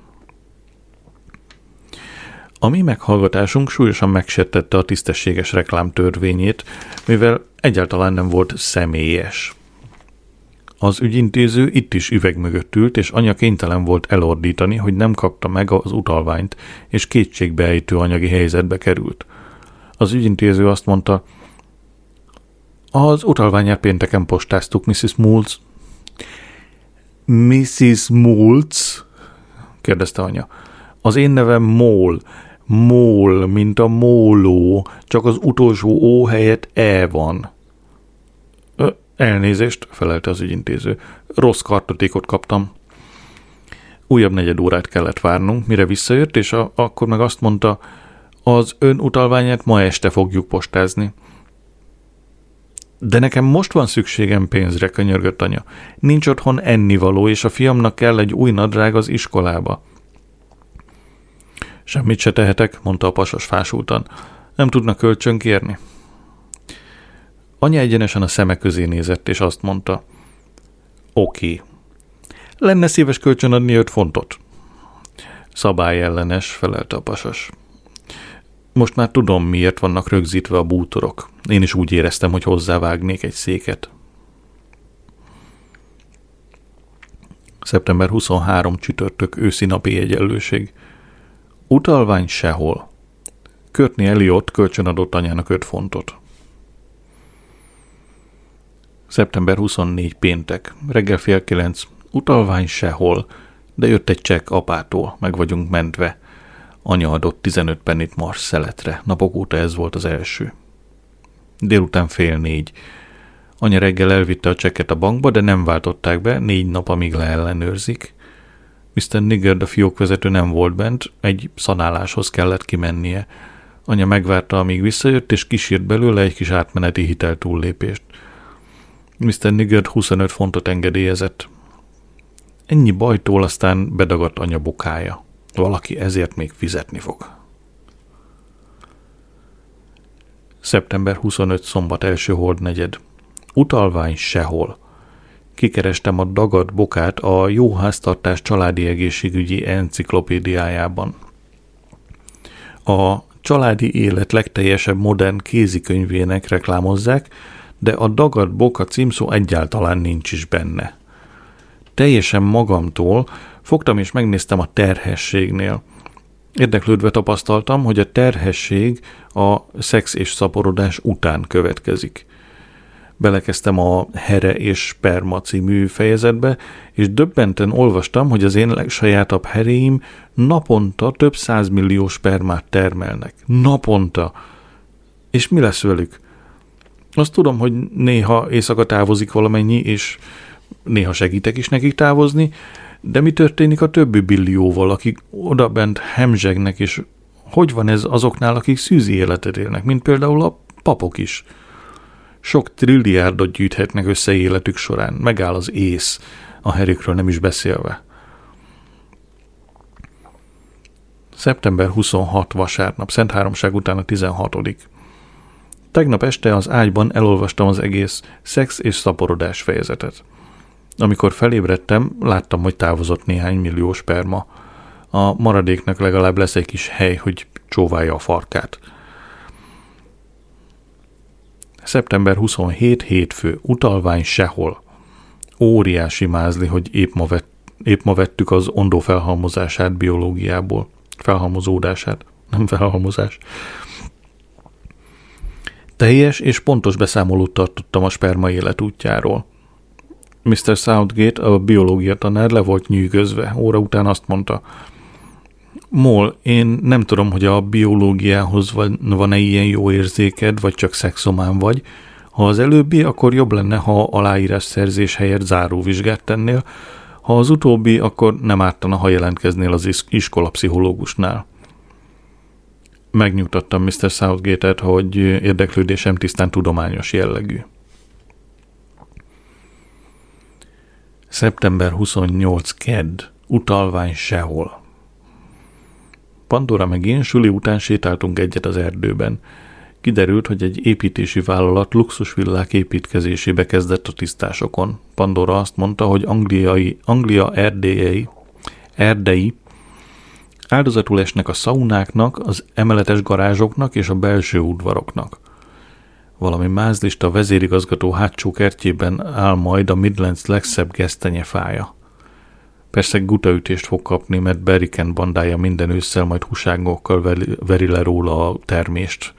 A mi meghallgatásunk súlyosan megsértette a tisztességes reklám törvényét, mivel egyáltalán nem volt személyes. Az ügyintéző itt is üveg mögött ült, és anya kénytelen volt elordítani, hogy nem kapta meg az utalványt, és kétségbeejtő anyagi helyzetbe került. Az ügyintéző azt mondta, az utalványát pénteken postáztuk, Mrs. Moulds. Mrs. Moulds? Kérdezte anya. Az én nevem Mole. Mole, mint a móló, csak az utolsó ó helyett e van. Elnézést, felelte az ügyintéző. Rossz kartotékot kaptam. Újabb 4 órát kellett várnunk, mire visszajött, és akkor meg azt mondta, az ön utalványát ma este fogjuk postázni. De nekem most van szükségem pénzre, könyörgött anya. Nincs otthon ennivaló, és a fiamnak kell egy új nadrág az iskolába. Semmit se tehetek, mondta a pasas fásultan. Nem tudnak kölcsön kérni. Anya egyenesen a szeme közé nézett, és azt mondta, oké. Lenne szíves kölcsönadni 5 fontot? Szabályellenes, felelte a pasas. Most már tudom, miért vannak rögzítve a bútorok. Én is úgy éreztem, hogy hozzávágnék egy széket. Szeptember 23 csütörtök őszi napi egyenlőség. Utalvány sehol. Courtney Elliot kölcsönadott anyának 5 fontot. Szeptember 24 péntek. Reggel 8:30. Utalvány sehol, de jött egy csekk apától, meg vagyunk mentve. Anya adott 15 pennit Mars szeletre. Napok óta ez volt az első. Délután 3:30. Anya reggel elvitte a csekket a bankba, de nem váltották be, 4 nap, amíg leellenőrzik. Mr. Niggard, a fiókvezető nem volt bent, egy szanáláshoz kellett kimennie. Anya megvárta, amíg visszajött, és kísért belőle egy kis átmeneti hiteltúllépést. Mr. Niggard 25 fontot engedélyezett. Ennyi bajtól aztán bedagadt anya bokája. Valaki ezért még fizetni fog. Szeptember 25 szombat első hordnegyed. Utalvány sehol. Kikerestem a dagadt bokát a Jó háztartás családi egészségügyi enciklopédiájában. A családi élet legteljesebb modern kézikönyvének reklámozzák, de a dagadt boka címszó egyáltalán nincs is benne. Teljesen magamtól fogtam és megnéztem a terhességnél. Érdeklődve tapasztaltam, hogy a terhesség a szex és szaporodás után következik. Belekezdtem a Here és Sperma című fejezetbe, és döbbenten olvastam, hogy az én legsajátabb heréim naponta több 100 millió spermát termelnek. Naponta! És mi lesz velük? Azt tudom, hogy néha éjszaka távozik valamennyi, és néha segítek is nekik távozni, de mi történik a többi billióval, akik odabent hemzsegnek, és hogy van ez azoknál, akik szűzi életet élnek, mint például a papok is? Sok trilliárdot gyűjthetnek össze életük során, megáll az ész, a herükről nem is beszélve. Szeptember 26 vasárnap, Szent Háromság után a 16. Tegnap este az ágyban elolvastam az egész szex és szaporodás fejezetet. Amikor felébredtem, láttam, hogy távozott néhány millió sperma. A maradéknak legalább lesz egy kis hely, hogy csóválja a farkát. Szeptember 27 hétfő. Utalvány sehol. Óriási mázli, hogy épp ma vettük az ondó felhalmozását biológiából. Felhalmozódását. Nem felhalmozás. Teljes és pontos beszámolót tartottam a sperma életútjáról. Mr. Southgate, a biológia tanár le volt nyűgözve. Óra után azt mondta, Mol, én nem tudom, hogy a biológiához van-e ilyen jó érzéked, vagy csak szexomán vagy. Ha az előbbi, akkor jobb lenne, ha aláírás szerzés helyett záróvizsgát tennél. Ha az utóbbi, akkor nem ártana, ha jelentkeznél az iskolapszichológusnál. Megnyugtattam Mr. Southgate-et, hogy érdeklődésem tisztán tudományos jellegű. Szeptember 28 kedd. Utalvány sehol. Pandora meg én suli után sétáltunk egyet az erdőben. Kiderült, hogy egy építési vállalat luxusvillák építkezésébe kezdett a tisztásokon. Pandora azt mondta, hogy Anglia erdei áldozatul esnek a szaunáknak, az emeletes garázsoknak és a belső udvaroknak. Valami mázlista vezérigazgató hátsó kertjében áll majd a Midlands legszebb gesztenyefája. Persze gutaütést fog kapni, mert Berriken bandája minden ősszel majd húságokkal veri le róla a termést.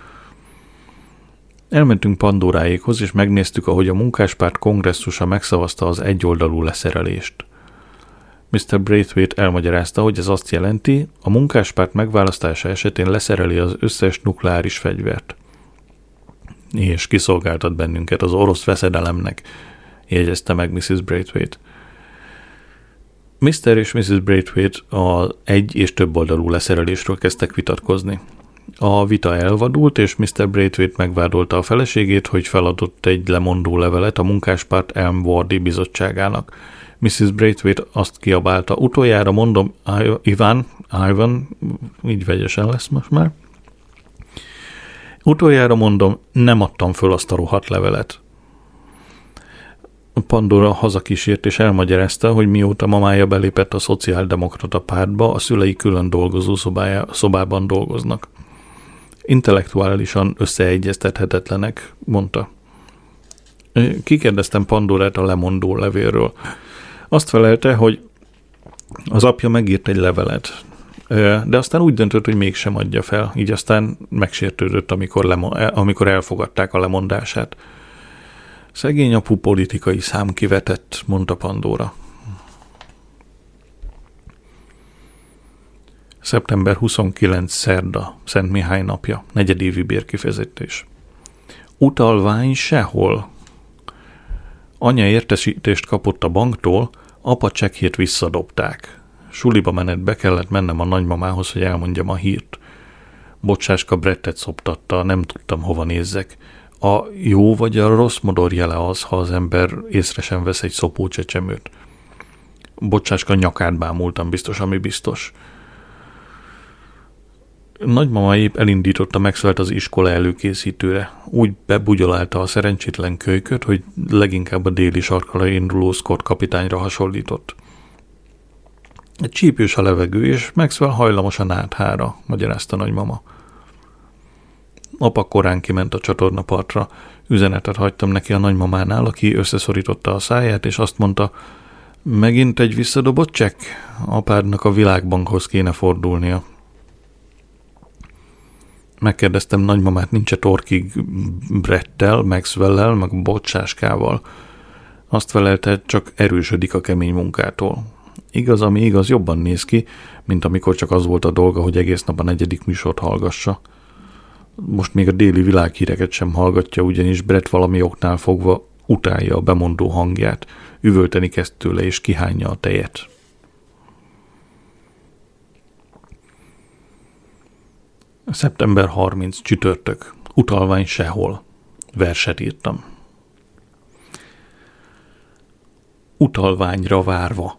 Elmentünk Pandoráékhoz, és megnéztük, ahogy a munkáspárt kongresszusa megszavazta az egyoldalú leszerelést. Mr. Braithwaite elmagyarázta, hogy ez azt jelenti, a munkáspárt megválasztása esetén leszereli az összes nukleáris fegyvert. És kiszolgáltat bennünket az orosz veszedelemnek, jegyezte meg Mrs. Braithwaite. Mr. és Mrs. Braithwaite az egy- és több oldalú leszerelésről kezdtek vitatkozni. A vita elvadult, és Mr. Braithwaite megvádolta a feleségét, hogy feladott egy lemondó levelet a munkáspárt Elm Wardi bizottságának. Mrs. Braithwaite azt kiabálta, utoljára mondom, Ivan, így vegyesen lesz most már. Utoljára mondom, nem adtam föl azt a rohadt levelet. Pandora hazakísért és elmagyarázta, hogy mióta mamája belépett a szociáldemokrata pártba, a szülei külön dolgozó szobában dolgoznak. Intellektuálisan összeegyeztethetetlenek, mondta. Kikérdeztem Pandorát a lemondó levélről. Azt felelte, hogy az apja megírt egy levelet, de aztán úgy döntött, hogy mégsem adja fel, így aztán megsértődött, amikor elfogadták a lemondását. Szegény apu politikai számkivetett, mondta Pandora. Szeptember 29. szerda, Szent Mihály napja, negyedévi bérkifizetés. Utalvány sehol. Anya értesítést kapott a banktól, apa csekkjét visszadobták. Suliba menetbe kellett mennem a nagymamához, hogy elmondjam a hírt. Bocsáska Brettet szoptatta, nem tudtam hova nézzek. A jó vagy a rossz modor jele az, ha az ember észre sem vesz egy szopó csecsemőt. Bocsáska nyakát bámultam, biztos, ami biztos. Nagymama épp elindította Maxwellt az iskola előkészítőre. Úgy bebugyolálta a szerencsétlen kölyköt, hogy leginkább a déli sarkra induló Scott kapitányra hasonlított. Csípős a levegő, és Maxwell hajlamos a náthára, magyarázta nagymama. Apa korán kiment a csatornapartra. Üzenetet hagytam neki a nagymamánál, aki összeszorította a száját, és azt mondta, megint egy visszadobott csekk? Apádnak a Világbankhoz kéne fordulnia. Megkérdeztem nagymamát, nincs-e torkig Brettel, Maxwell-lel, meg Bocsáskával. Azt felelte, csak erősödik a kemény munkától. Igaz, ami igaz, jobban néz ki, mint amikor csak az volt a dolga, hogy egész nap a 4. műsort hallgassa. Most még a déli világhíreket sem hallgatja, ugyanis Brett valami oknál fogva utálja a bemondó hangját, üvölteni kezd tőle és kihányja a tejet. Szeptember 30. csütörtök. Utalvány sehol. Verset írtam. Utalványra várva.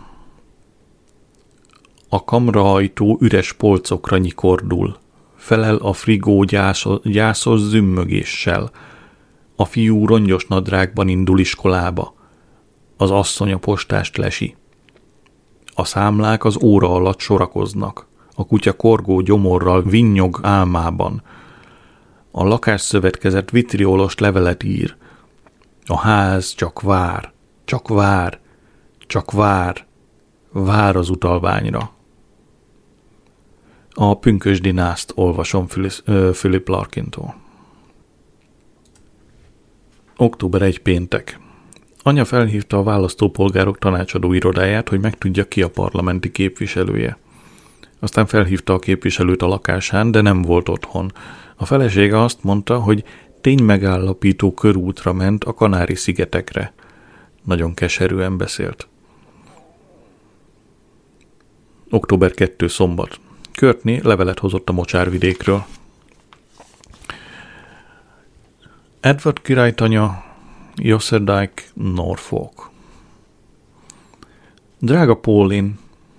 A kamraajtó üres polcokra nyikordul. Felel a frigó gyászos zümmögéssel. A fiú rongyos nadrágban indul iskolába. Az asszony a postást lesi. A számlák az óra alatt sorakoznak. A kutya korgó gyomorral vinnyog álmában. A lakásszövetkezet vitriolos levelet ír. A ház csak vár, csak vár, csak vár, vár az utalványra. A pünkösdi nászt olvasom Philip Larkintól. Október 1. péntek. Anya felhívta a választópolgárok tanácsadó irodáját, hogy megtudja, ki a parlamenti képviselője. Aztán felhívta a képviselőt a lakásán, de nem volt otthon. A felesége azt mondta, hogy ténymegállapító körútra ment a Kanári-szigetekre. Nagyon keserűen beszélt. Október 2. szombat. Courtney levelet hozott a mocsárvidékről. Edward királytanya, Yosserdike, Norfolk. Drága Pauline,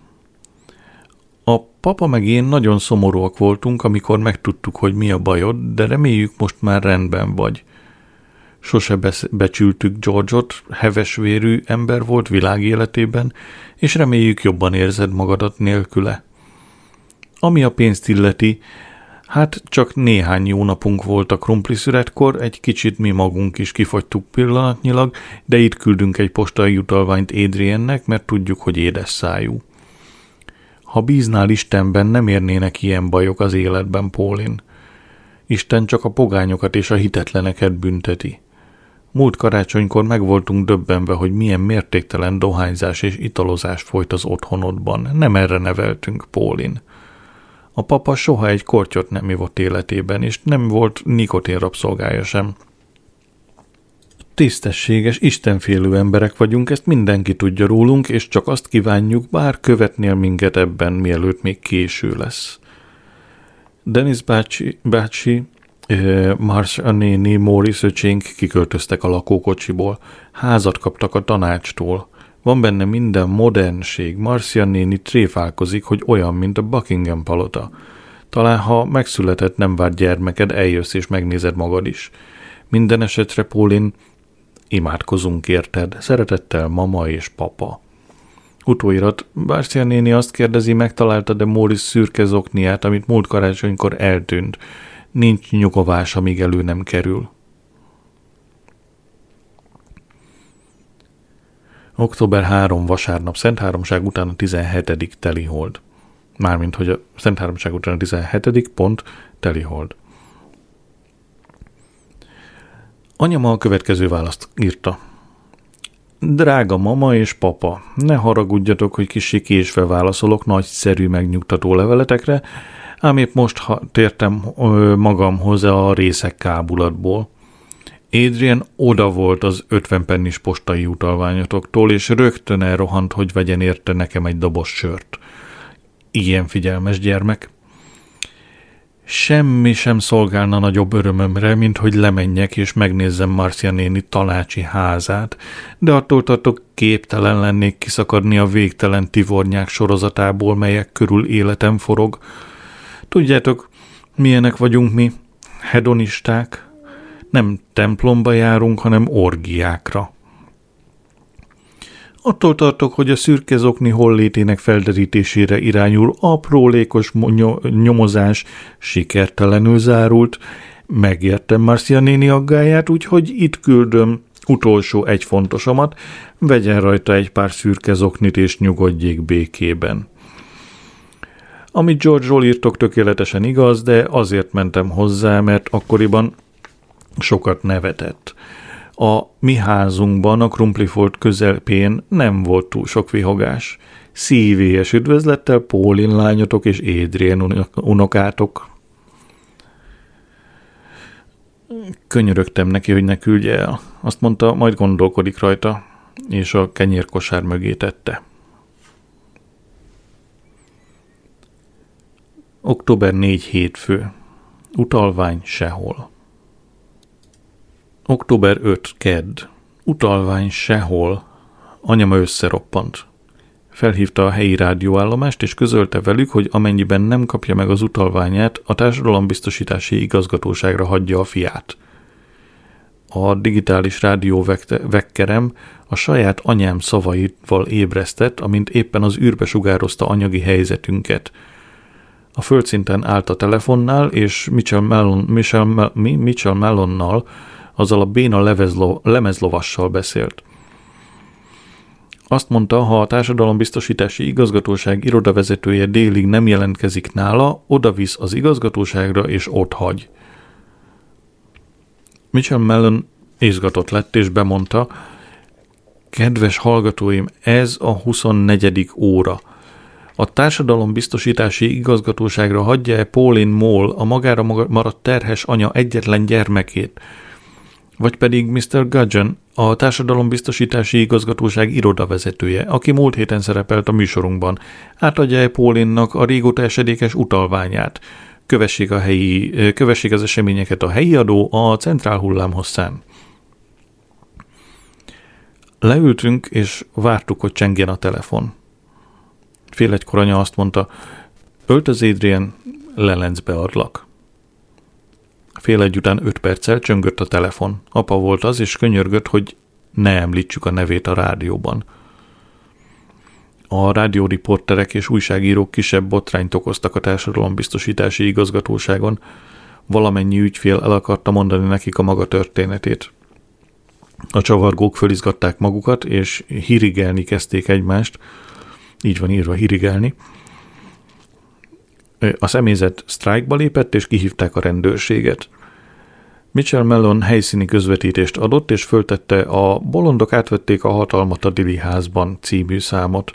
a papa meg én nagyon szomorúak voltunk, amikor megtudtuk, hogy mi a bajod, de reméljük most már rendben vagy. Sose becsültük George-ot, hevesvérű ember volt világéletében, és reméljük jobban érzed magadat nélküle. Ami a pénzt illeti, hát csak néhány jó napunk volt a krumpliszüretkor, egy kicsit mi magunk is kifogytuk pillanatnyilag, de itt küldünk egy postai utalványt Adriennek, mert tudjuk, hogy édes szájú. Ha bíznál Istenben, nem érnének ilyen bajok az életben, Pauline. Isten csak a pogányokat és a hitetleneket bünteti. Múlt karácsonykor meg voltunk döbbenve, hogy milyen mértéktelen dohányzás és italozás folyt az otthonodban. Nem erre neveltünk, Pauline. A papa soha egy kortyot nem ivott életében, és nem volt nikotin rabszolgája sem. Tisztességes, istenfélő emberek vagyunk, ezt mindenki tudja rólunk, és csak azt kívánjuk, bár követnél minket ebben, mielőtt még késő lesz. Dennis bácsi, Marcia néni, Morris öcsénk kiköltöztek a lakókocsiból, házat kaptak a tanácstól. Van benne minden modernség, Marcia néni tréfálkozik, hogy olyan, mint a Buckingham palota. Talán, ha megszületett nem várt gyermeked, eljössz és megnézed magad is. Minden esetre, Pauline, imádkozunk érted. Szeretettel mama és papa. Utóirat, Marcia néni azt kérdezi, megtalálta-e Morris szürke zokniát, amit múlt karácsonykor eltűnt. Nincs nyugovás, amíg elő nem kerül. Október 3 vasárnap, Szent Háromság után a 17. telihold. Mármint, hogy a Szent Háromság után a 17. pont telihold. Anyama a következő választ írta. Drága mama és papa, ne haragudjatok, hogy kissé késve válaszolok nagyszerű megnyugtató leveletekre, ám épp most tértem magamhoz a részek kábulatból. Adrian oda volt az 50 pennis postai utalványotoktól, és rögtön elrohant, hogy vegyen érte nekem egy doboz sört. Ilyen figyelmes gyermek. Semmi sem szolgálna nagyobb örömömre, mint hogy lemenjek és megnézzem Marcia néni tanácsi házát, de attól tartok képtelen lennék kiszakadni a végtelen tivornyák sorozatából, melyek körül életem forog. Tudjátok, milyenek vagyunk mi, hedonisták? Nem templomba járunk, hanem orgiákra. Attól tartok, hogy a szürke zokni hollétének felderítésére irányul aprólékos nyomozás sikertelenül zárult. Megértem Marcia néni aggáját, úgyhogy itt küldöm utolsó egy fontosomat, vegyen rajta egy pár szürke zoknit és nyugodjék békében. Amit George-ról írtok tökéletesen igaz, de azért mentem hozzá, mert akkoriban sokat nevetett. A mi házunkban, a Krumplifold közepén nem volt túl sok vihogás. Szívélyes üdvözlettel Pauline lányotok és Adrian unokátok. Könyörögtem neki, hogy ne küldje el. Azt mondta, majd gondolkodik rajta, és a kenyérkosár mögé tette. Október 4 hétfő. Utalvány sehol. Október 5 kedd. Utalvány sehol. Anyama összeroppant. Felhívta a helyi rádióállomást, és közölte velük, hogy amennyiben nem kapja meg az utalványát, a társadalombiztosítási igazgatóságra hagyja a fiát. A digitális rádió vekkerem a saját anyám szavaival ébresztett, amint éppen az űrbe sugározta anyagi helyzetünket. A földszinten állt a telefonnál, és Mitchell Mellonnal, azzal a béna lemezlovassal beszélt. Azt mondta, ha a társadalombiztosítási igazgatóság irodavezetője délig nem jelentkezik nála, odavisz az igazgatóságra és ott hagy. Mitchell Mellon izgatott lett és bemondta, kedves hallgatóim, ez a 24. óra. A társadalombiztosítási igazgatóságra hagyja-e Pauline Moll a magára maradt terhes anya egyetlen gyermekét? Vagy pedig Mr. Gudgeon, a társadalombiztosítási igazgatóság irodavezetője, aki múlt héten szerepelt a műsorunkban, átadja-e Pauline-nak a régóta esedékes utalványát? Kövessék az eseményeket a helyi adó a centrál hullámhosszán. Leültünk, és vártuk, hogy csengjen a telefon. Fél egykor anya azt mondta, öltöz Adrian, lelencbe adlak. Fél egy után 5 perccel csöngött a telefon. Apa volt az, és könyörgött, hogy ne említsük a nevét a rádióban. A rádióriporterek és újságírók kisebb botrányt okoztak a társadalombiztosítási igazgatóságon. Valamennyi ügyfél el akarta mondani nekik a maga történetét. A csavargók fölizgatták magukat, és hirigelni kezdték egymást. Így van írva, hirigelni. A személyzet sztrájkba lépett, és kihívták a rendőrséget. Mitchell Mellon helyszíni közvetítést adott, és föltette a Bolondok átvették a hatalmat a Dili házban című számot.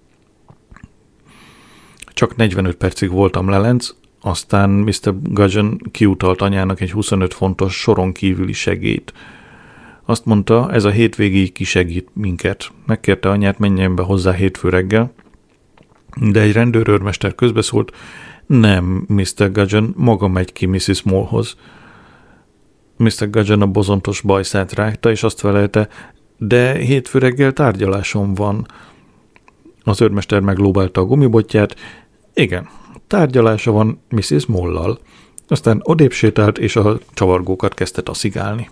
Csak 45 percig voltam lelenc, aztán Mr. Gudgeon kiutalt anyának egy 25 fontos soron kívüli segélyt. Azt mondta, ez a hétvégéig kisegít minket. Megkérte anyát, menjen be hozzá hétfő reggel, de egy rendőrőrmester közbeszólt, nem, Mr. Gudgeon, maga megy ki Mrs. Mollhoz. Mr. Gudgeon a bozontos bajszát rágta, és azt felelte, de hétfő reggel tárgyalásom van. Az őrmester meglóbálta a gumibotját. Igen, Tárgyalása van Mrs. Mollal. Aztán odébb sétált, és a csavargókat kezdte taszigálni.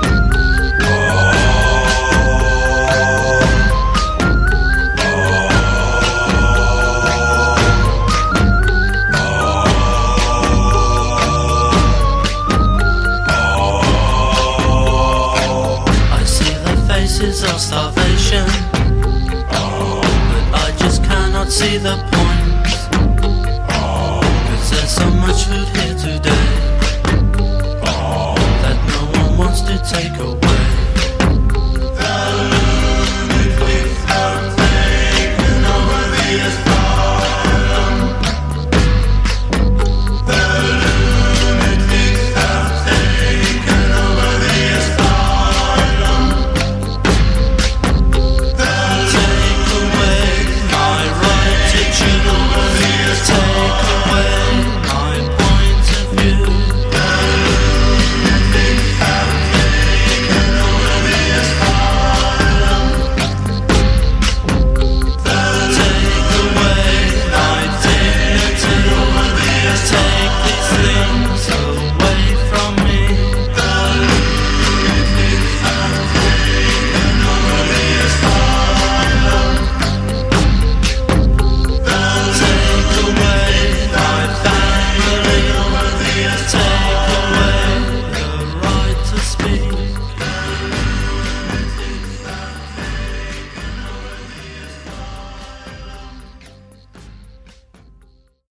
Of starvation, but I just cannot see the point, 'cause there's so much food here today that no one wants to take away.